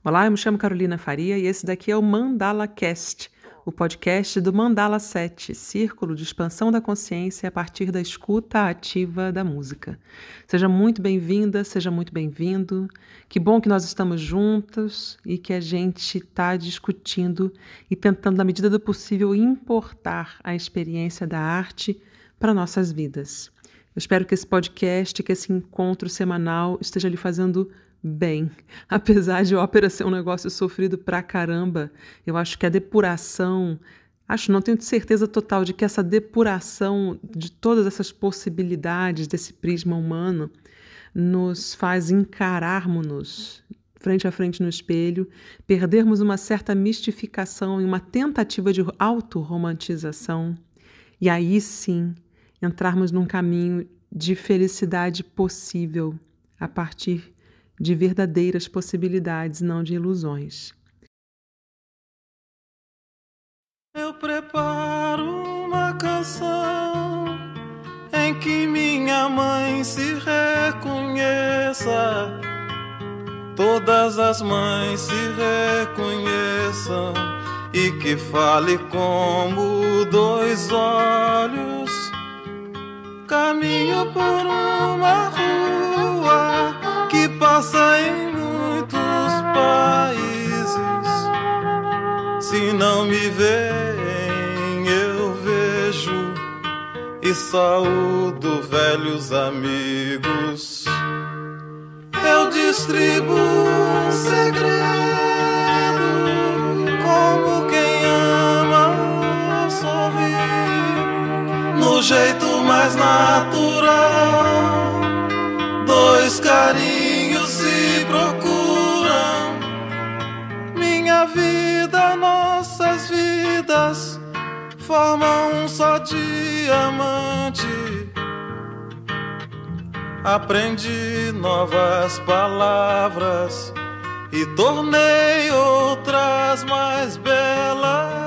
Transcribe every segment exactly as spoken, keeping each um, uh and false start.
Olá, eu me chamo Carolina Faria e esse daqui é o Mandala Cast, o podcast do Mandala sete, Círculo de Expansão da Consciência a partir da escuta ativa da música. Seja muito bem-vinda, seja muito bem-vindo. Que bom que nós estamos juntos e que a gente está discutindo e tentando, na medida do possível, importar a experiência da arte para nossas vidas. Eu espero que esse podcast, que esse encontro semanal esteja lhe fazendo bem. Apesar de ópera ser um negócio sofrido pra caramba, eu acho que a depuração, acho, não tenho certeza total de que essa depuração de todas essas possibilidades desse prisma humano nos faz encararmos-nos frente a frente no espelho, perdermos uma certa mistificação e uma tentativa de autorromantização, e aí sim entrarmos num caminho de felicidade possível a partir de verdadeiras possibilidades, não de ilusões. Eu preparo uma canção em que minha mãe se reconheça, todas as mães se reconheçam, e que fale como dois olhos. Caminho por uma rua que passa em muitos países. Se não me veem, eu vejo e saúdo velhos amigos. Eu distribuo um segredo, como quem ama sorrir, no jeito mais natural. Dois carinhos se procuram, minha vida, nossas vidas formam um só diamante. Aprendi novas palavras e tornei outras mais belas.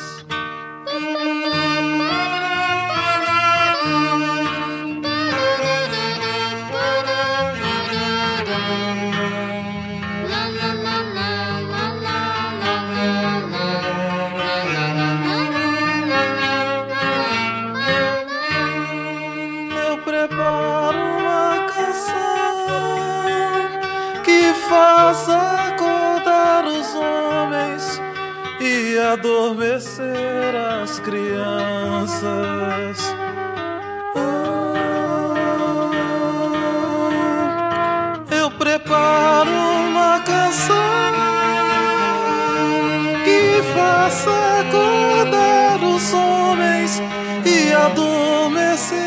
Faça acordar os homens e adormecer as crianças. Ah, eu preparo uma canção que faça acordar os homens e adormecer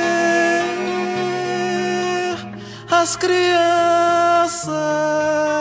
as crianças.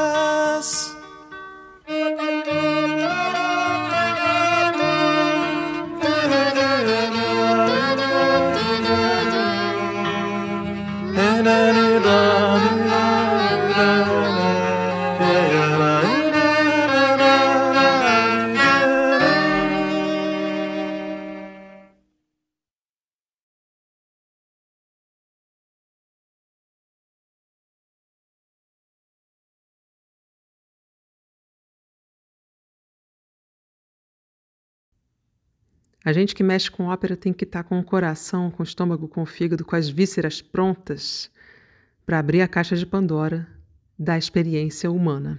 A gente que mexe com ópera tem que estar com o coração, com o estômago, com o fígado, com as vísceras prontas para abrir a caixa de Pandora da experiência humana.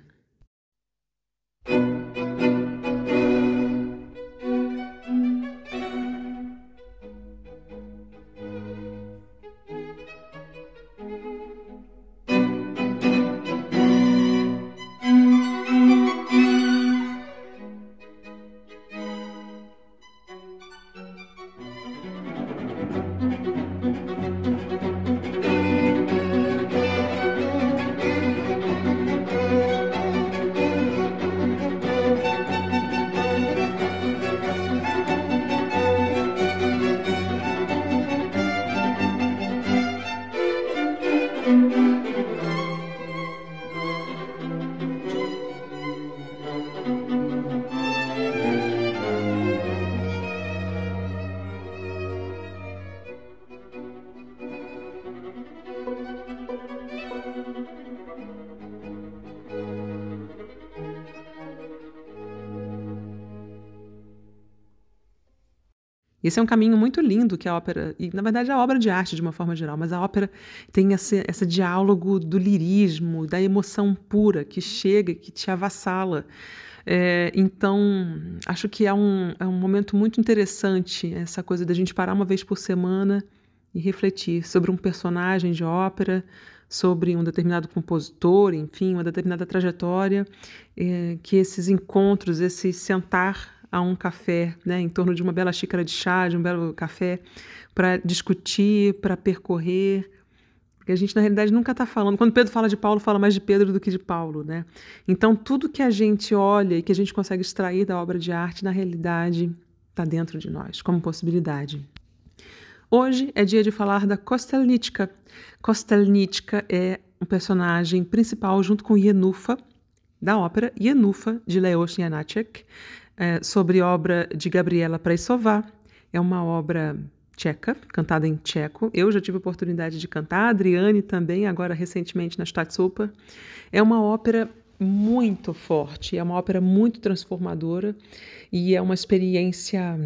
Esse é um caminho muito lindo que a ópera, e na verdade a obra de arte de uma forma geral, mas a ópera tem esse, esse diálogo do lirismo, da emoção pura que chega, que te avassala. É, então, acho que é um, é um momento muito interessante essa coisa da gente parar uma vez por semana e refletir sobre um personagem de ópera, sobre um determinado compositor, enfim, uma determinada trajetória, é, que esses encontros, esse sentar a um café, né, em torno de uma bela xícara de chá, de um belo café, para discutir, para percorrer, porque a gente, na realidade, nunca está falando. Quando Pedro fala de Paulo, fala mais de Pedro do que de Paulo, né? Então, tudo que a gente olha e que a gente consegue extrair da obra de arte, na realidade, está dentro de nós, como possibilidade. Hoje é dia de falar da Kostelnička. Kostelnička é um personagem principal junto com Jenufa, da ópera Jenufa, de Leoš Janáček, é, sobre obra de Gabriela Praisová. É uma obra tcheca, cantada em tcheco. Eu já tive a oportunidade de cantar, a Adriane também, agora recentemente na Staatsoper. É uma ópera muito forte, é uma ópera muito transformadora e é uma experiência...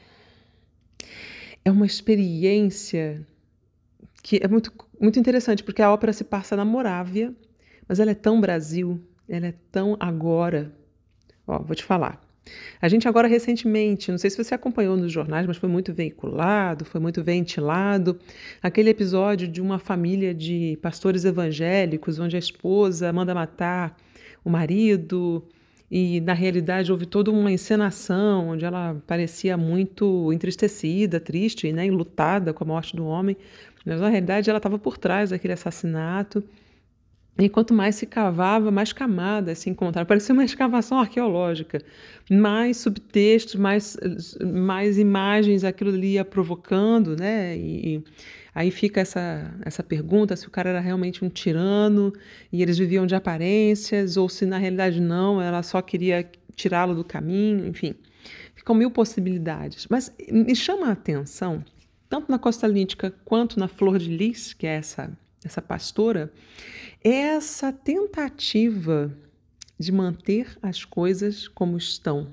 É uma experiência que é muito, muito interessante, porque a ópera se passa na Morávia, mas ela é tão Brasil, ela é tão agora. Ó, vou te falar. A gente agora recentemente, não sei se você acompanhou nos jornais, mas foi muito veiculado, foi muito ventilado, aquele episódio de uma família de pastores evangélicos, onde a esposa manda matar o marido, e na realidade houve toda uma encenação, onde ela parecia muito entristecida, triste, né, enlutada com a morte do homem, mas na realidade ela estava por trás daquele assassinato. E quanto mais se cavava, mais camadas se encontravam. Parecia uma escavação arqueológica. Mais subtextos, mais, mais imagens aquilo ali ia provocando, né? E, e aí fica essa, essa pergunta se o cara era realmente um tirano e eles viviam de aparências, ou se na realidade não, ela só queria tirá-lo do caminho, enfim. Ficam mil possibilidades. Mas me chama a atenção, tanto na Kostelnička quanto na Flor de Lis, que é essa, essa pastora, essa tentativa de manter as coisas como estão,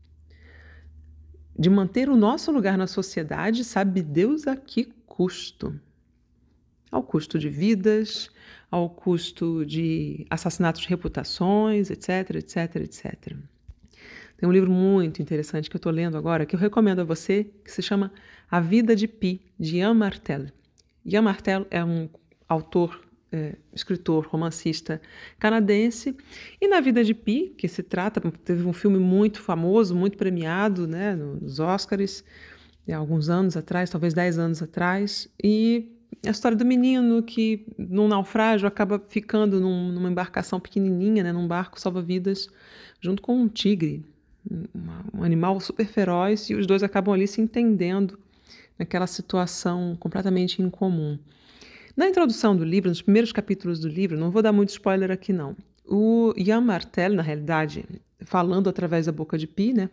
de manter o nosso lugar na sociedade, sabe Deus a que custo? Ao custo de vidas, ao custo de assassinatos de reputações, etc, etc, etcétera. Tem um livro muito interessante que eu estou lendo agora, que eu recomendo a você, que se chama A Vida de Pi, de Yann Martel. Yann Martel é um autor É, escritor, romancista canadense, e na Vida de Pi, que se trata, teve um filme muito famoso, muito premiado, né, nos Oscars, há alguns anos atrás, talvez dez anos atrás, e a história do menino que, num naufrágio, acaba ficando num, numa embarcação pequenininha, né, num barco salva-vidas, junto com um tigre, um, um animal super feroz, e os dois acabam ali se entendendo naquela situação completamente incomum. Na introdução do livro, nos primeiros capítulos do livro, não vou dar muito spoiler aqui não, o Yann Martel, na realidade, falando através da boca de Pi, né,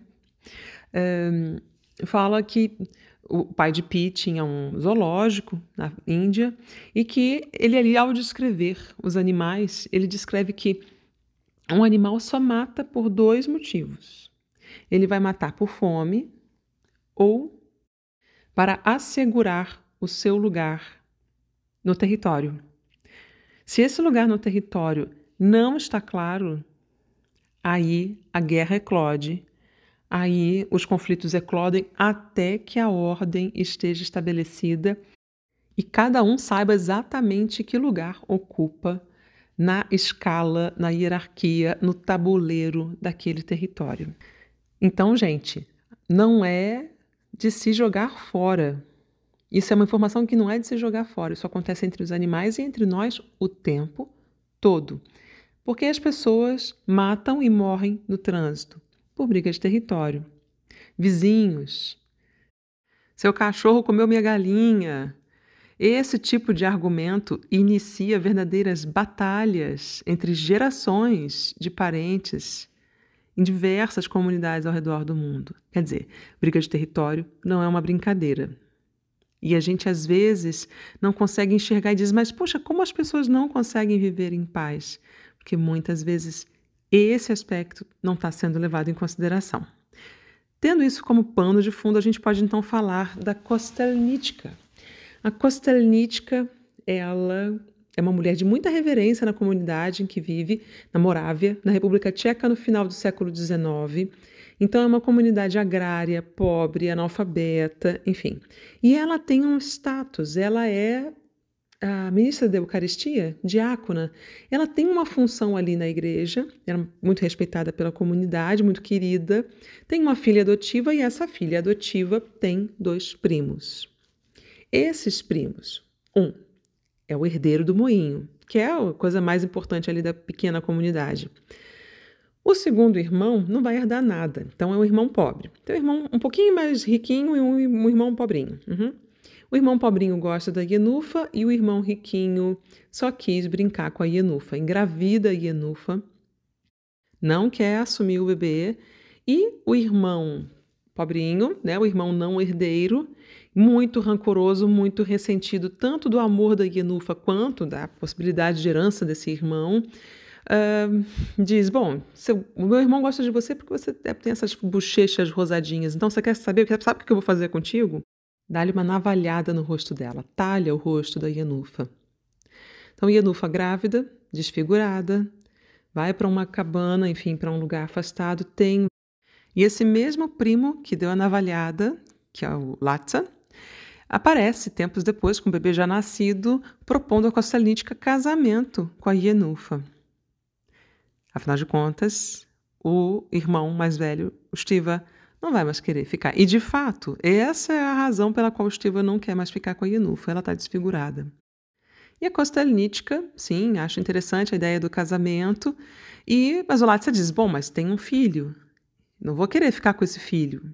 é, fala que o pai de Pi tinha um zoológico na Índia e que ele ali, ao descrever os animais, ele descreve que um animal só mata por dois motivos. Ele vai matar por fome ou para assegurar o seu lugar no território. Se esse lugar no território não está claro, aí a guerra eclode, aí os conflitos eclodem até que a ordem esteja estabelecida e cada um saiba exatamente que lugar ocupa na escala, na hierarquia, no tabuleiro daquele território. Então, gente, não é de se jogar fora. Isso é uma informação que não é de se jogar fora, isso acontece entre os animais e entre nós o tempo todo. Porque as pessoas matam e morrem no trânsito por briga de território. Vizinhos, seu cachorro comeu minha galinha. Esse tipo de argumento inicia verdadeiras batalhas entre gerações de parentes em diversas comunidades ao redor do mundo. Quer dizer, briga de território não é uma brincadeira. E a gente, às vezes, não consegue enxergar e diz, mas, poxa, como as pessoas não conseguem viver em paz? Porque muitas vezes esse aspecto não está sendo levado em consideração. Tendo isso como pano de fundo, a gente pode então falar da Kostelnička. A Kostelnička, ela é uma mulher de muita reverência na comunidade em que vive, na Morávia, na República Tcheca, no final do século dezenove. Então é uma comunidade agrária, pobre, analfabeta, enfim. E ela tem um status, ela é a ministra da Eucaristia, diácona. Ela tem uma função ali na igreja, ela é muito respeitada pela comunidade, muito querida. Tem uma filha adotiva e essa filha adotiva tem dois primos. Esses primos, um é o herdeiro do moinho, que é a coisa mais importante ali da pequena comunidade. O segundo irmão não vai herdar nada, então é um irmão pobre. Tem um irmão um pouquinho mais riquinho e um, um irmão pobrinho. Uhum. O irmão pobrinho gosta da Ienufa e o irmão riquinho só quis brincar com a Ienufa. Engravida a Ienufa, não quer assumir o bebê. E o irmão pobrinho, né, o irmão não herdeiro, muito rancoroso, muito ressentido tanto do amor da Ienufa quanto da possibilidade de herança desse irmão, uh, diz, bom, seu, o meu irmão gosta de você porque você tem essas bochechas rosadinhas, então você quer saber, sabe o que eu vou fazer contigo? Dá-lhe uma navalhada no rosto dela, talha o rosto da Ienufa. Então, Ienufa grávida, desfigurada, vai para uma cabana, enfim, para um lugar afastado, tem... E esse mesmo primo que deu a navalhada, que é o Latsa, aparece tempos depois, com o bebê já nascido, propondo a Kostelnička casamento com a Ienufa. Afinal de contas, o irmão mais velho, o Stiva, não vai mais querer ficar. E, de fato, essa é a razão pela qual o Stiva não quer mais ficar com a Ienufa. Ela está desfigurada. E a Kostelnička, sim, acha interessante a ideia do casamento. E, mas o Latsa diz, bom, mas tem um filho. Não vou querer ficar com esse filho.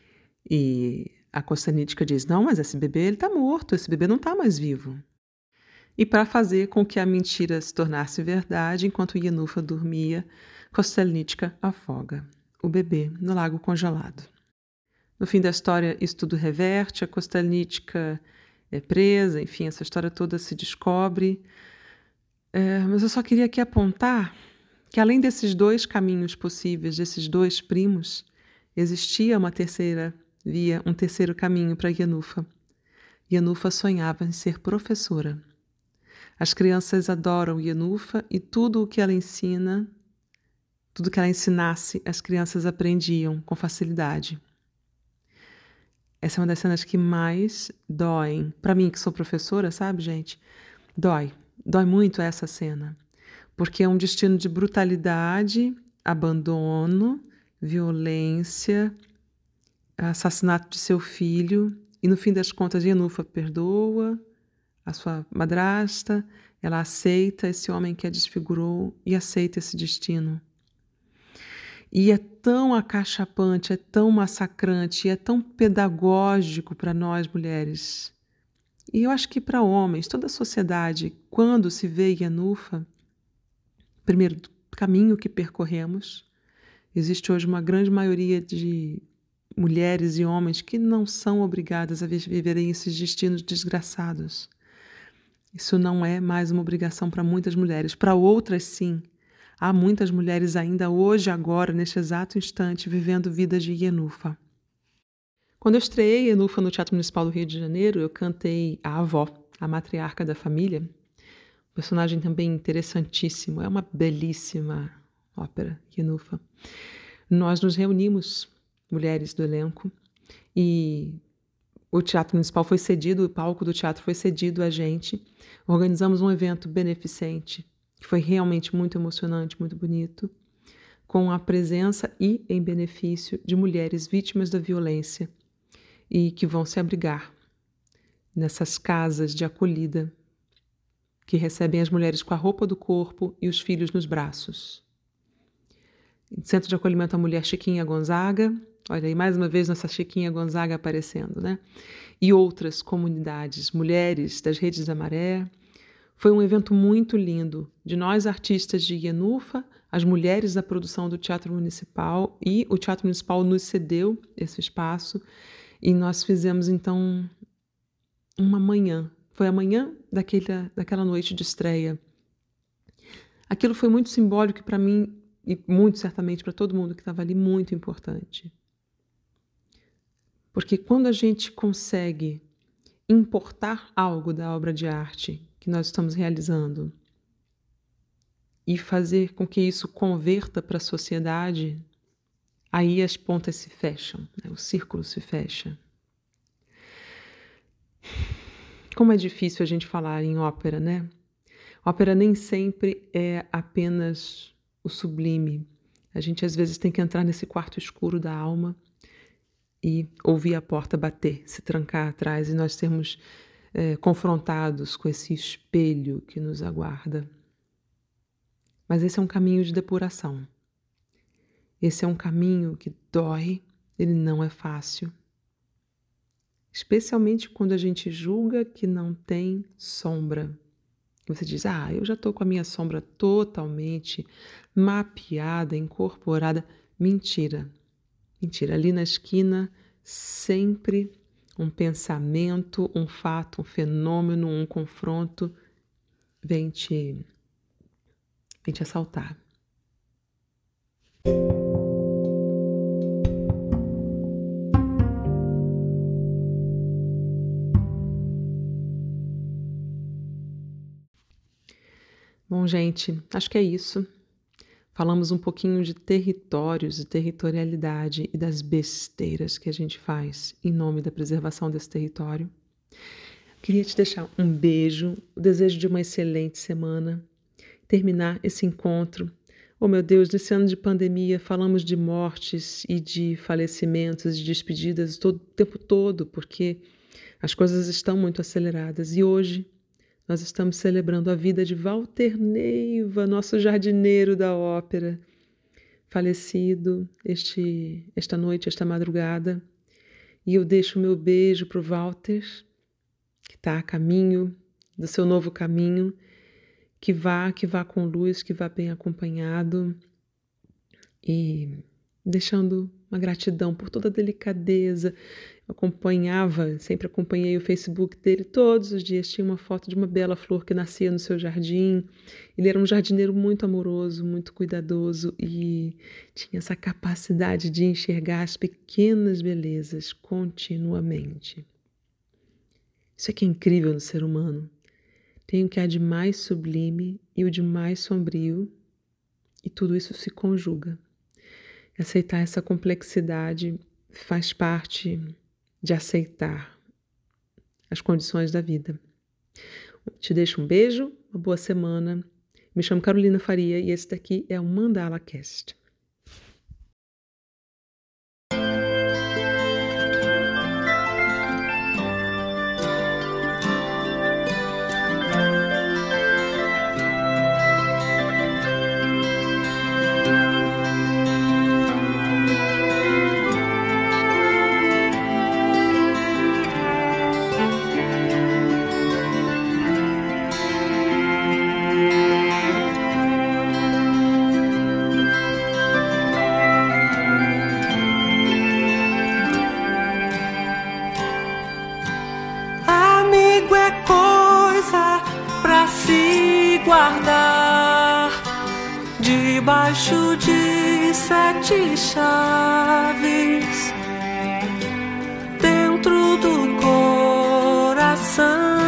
E a Kostelnička diz, não, mas esse bebê está morto, esse bebê não está mais vivo. E para fazer com que a mentira se tornasse verdade, enquanto Ienufa dormia, Kostelnička afoga o bebê no lago congelado. No fim da história, isso tudo reverte, a Kostelnička é presa, enfim, essa história toda se descobre. É, mas eu só queria aqui apontar que, além desses dois caminhos possíveis, desses dois primos, existia uma terceira via, um terceiro caminho para Ienufa. Ienufa sonhava em ser professora. As crianças adoram Ienufa e tudo o que ela ensina, tudo que ela ensinasse, as crianças aprendiam com facilidade. Essa é uma das cenas que mais doem. Para mim, que sou professora, sabe, gente? Dói. Dói muito essa cena. Porque é um destino de brutalidade, abandono, violência, assassinato de seu filho. E, no fim das contas, Ienufa perdoa a sua madrasta, ela aceita esse homem que a desfigurou e aceita esse destino. E é tão acachapante, é tão massacrante, é tão pedagógico para nós mulheres. E eu acho que para homens, toda a sociedade, quando se vê Ienufa, primeiro, do caminho que percorremos, existe hoje uma grande maioria de mulheres e homens que não são obrigadas a viverem esses destinos desgraçados. Isso não é mais uma obrigação para muitas mulheres. Para outras, sim. Há muitas mulheres ainda hoje, agora, neste exato instante, vivendo vidas de Ienufa. Quando eu estreiei Ienufa no Teatro Municipal do Rio de Janeiro, eu cantei a avó, a matriarca da família. Um personagem também interessantíssimo. É uma belíssima ópera, Ienufa. Nós nos reunimos, mulheres do elenco, e o Teatro Municipal foi cedido, o palco do teatro foi cedido a gente. Organizamos um evento beneficente, que foi realmente muito emocionante, muito bonito, com a presença e em benefício de mulheres vítimas da violência e que vão se abrigar nessas casas de acolhida que recebem as mulheres com a roupa do corpo e os filhos nos braços. Centro de Acolhimento à Mulher Chiquinha Gonzaga, olha aí mais uma vez nossa Chiquinha Gonzaga aparecendo, né? E outras comunidades, mulheres das Redes da Maré. Foi um evento muito lindo, de nós artistas de Ienufa, as mulheres da produção do Teatro Municipal, e o Teatro Municipal nos cedeu esse espaço, e nós fizemos então uma manhã, foi a manhã daquela, daquela noite de estreia. Aquilo foi muito simbólico para mim, e muito certamente para todo mundo que estava ali, muito importante. Porque quando a gente consegue importar algo da obra de arte que nós estamos realizando e fazer com que isso converta para a sociedade, aí as pontas se fecham, né? O círculo se fecha. Como é difícil a gente falar em ópera, né? Ópera nem sempre é apenas o sublime. A gente às vezes tem que entrar nesse quarto escuro da alma e ouvir a porta bater, se trancar atrás e nós sermos é, confrontados com esse espelho que nos aguarda. Mas esse é um caminho de depuração. Esse é um caminho que dói, ele não é fácil. Especialmente quando a gente julga que não tem sombra. Você diz, ah, eu já estou com a minha sombra totalmente mapeada, incorporada. Mentira. Mentira. Ali na esquina, sempre um pensamento, um fato, um fenômeno, um confronto vem te, vem te assaltar. Bom, gente, acho que é isso. Falamos um pouquinho de territórios, de territorialidade e das besteiras que a gente faz em nome da preservação desse território. Queria te deixar um beijo, o desejo de uma excelente semana, terminar esse encontro. Oh, meu Deus, nesse ano de pandemia falamos de mortes e de falecimentos, de despedidas todo, o tempo todo, porque as coisas estão muito aceleradas. E hoje nós estamos celebrando a vida de Walter Neiva, nosso jardineiro da ópera, falecido este, esta noite, esta madrugada. E eu deixo o meu beijo para o Walter, que está a caminho do seu novo caminho, que vá, que vá com luz, que vá bem acompanhado e deixando uma gratidão por toda a delicadeza. Eu acompanhava, sempre acompanhei o Facebook dele, todos os dias tinha uma foto de uma bela flor que nascia no seu jardim. Ele era um jardineiro muito amoroso, muito cuidadoso e tinha essa capacidade de enxergar as pequenas belezas continuamente. Isso é que é incrível no ser humano. Tem o que há de mais sublime e o de mais sombrio, e tudo isso se conjuga. Aceitar essa complexidade faz parte de aceitar as condições da vida. Te deixo um beijo, uma boa semana. Me chamo Carolina Faria e esse daqui é o Mandala Cast. Guardar debaixo de sete chaves dentro do coração.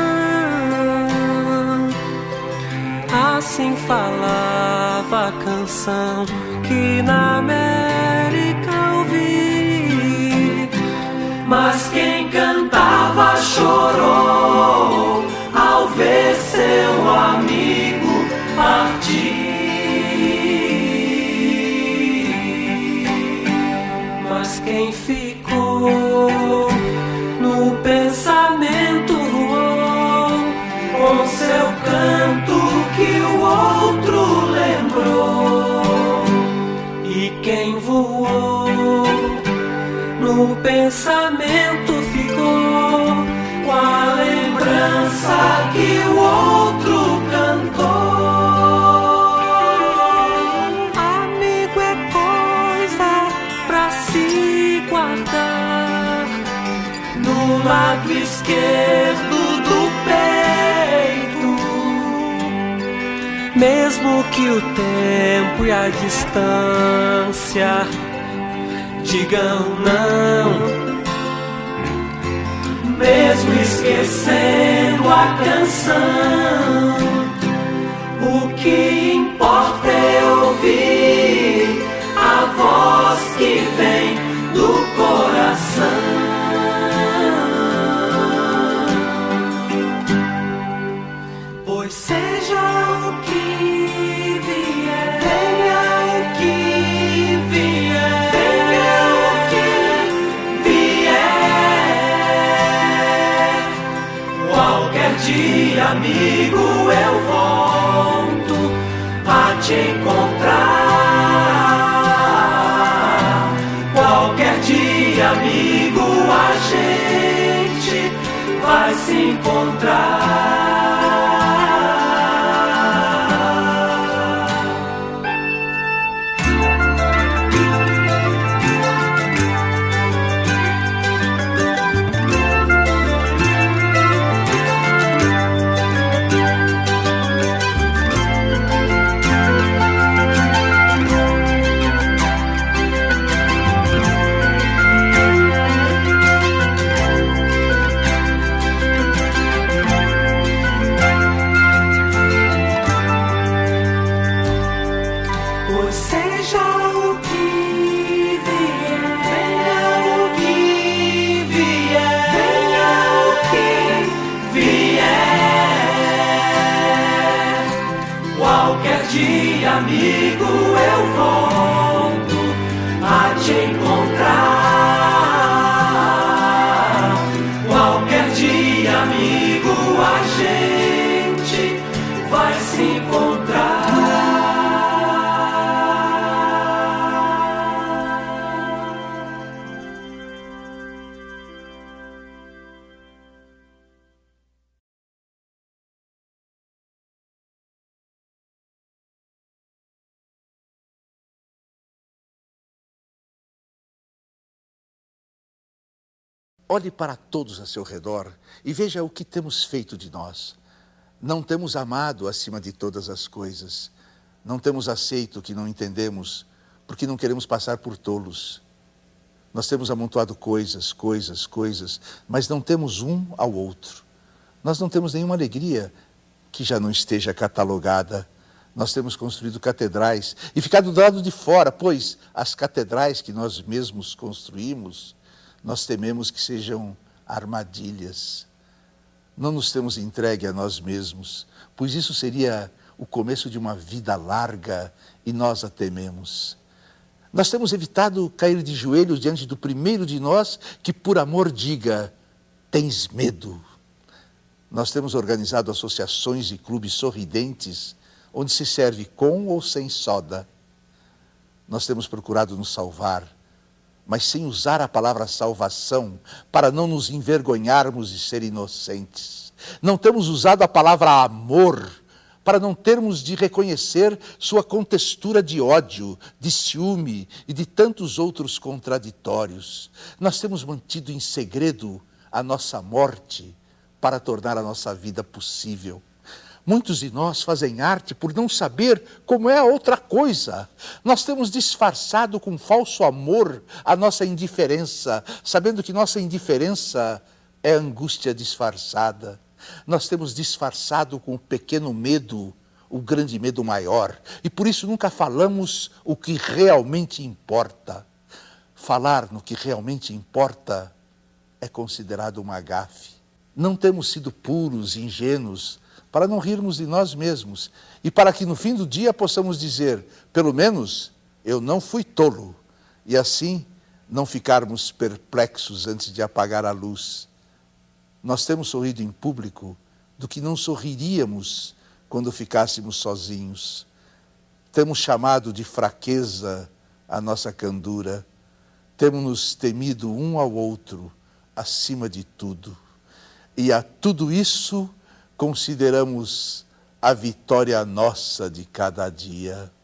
Assim falava a canção que na América ouvi, mas quem cantava chorou ao ver seu amigo partir. Mas quem ficou no pensamento voou com seu canto que o outro lembrou. E quem voou no pensamento ficou com a lembrança que o outro cantou. Amigo é coisa pra se guardar no lado esquerdo do peito, mesmo que o tempo e a distância digam não. mesmo esquecendo a canção. O que importa é ouvir a voz que vem do coração. Pois seja o que vier, venha o que vier, venha o que vier. Qualquer dia, amigo, eu volto a te encontrar. Qualquer dia, amigo, a gente vai se encontrar. Amigo, eu volto a te encontrar. Qualquer dia, amigo, a gente vai se encontrar. Olhe para todos a seu redor e veja o que temos feito de nós. Não temos amado acima de todas as coisas. Não temos aceito o que não entendemos, porque não queremos passar por tolos. Nós temos amontoado coisas, coisas, coisas, mas não temos um ao outro. Nós não temos nenhuma alegria que já não esteja catalogada. Nós temos construído catedrais e ficado do lado de fora, pois as catedrais que nós mesmos construímos, nós tememos que sejam armadilhas. Não nos temos entregue a nós mesmos, pois isso seria o começo de uma vida larga e nós a tememos. Nós temos evitado cair de joelhos diante do primeiro de nós que por amor diga, tens medo. Nós temos organizado associações e clubes sorridentes, onde se serve com ou sem soda. Nós temos procurado nos salvar, mas sem usar a palavra salvação, para não nos envergonharmos de ser inocentes. Não temos usado a palavra amor, para não termos de reconhecer sua contextura de ódio, de ciúme e de tantos outros contraditórios. Nós temos mantido em segredo a nossa morte, para tornar a nossa vida possível. Muitos de nós fazem arte por não saber como é a outra coisa. Nós temos disfarçado com falso amor a nossa indiferença, sabendo que nossa indiferença é angústia disfarçada. Nós temos disfarçado com o pequeno medo, o grande medo maior, e por isso nunca falamos o que realmente importa. Falar no que realmente importa é considerado uma gafe. Não temos sido puros e ingênuos, para não rirmos de nós mesmos e para que no fim do dia possamos dizer, pelo menos eu não fui tolo, e assim não ficarmos perplexos antes de apagar a luz. Nós temos sorrido em público do que não sorriríamos quando ficássemos sozinhos. Temos chamado de fraqueza a nossa candura, temos nos temido um ao outro acima de tudo, e a tudo isso consideramos a vitória nossa de cada dia.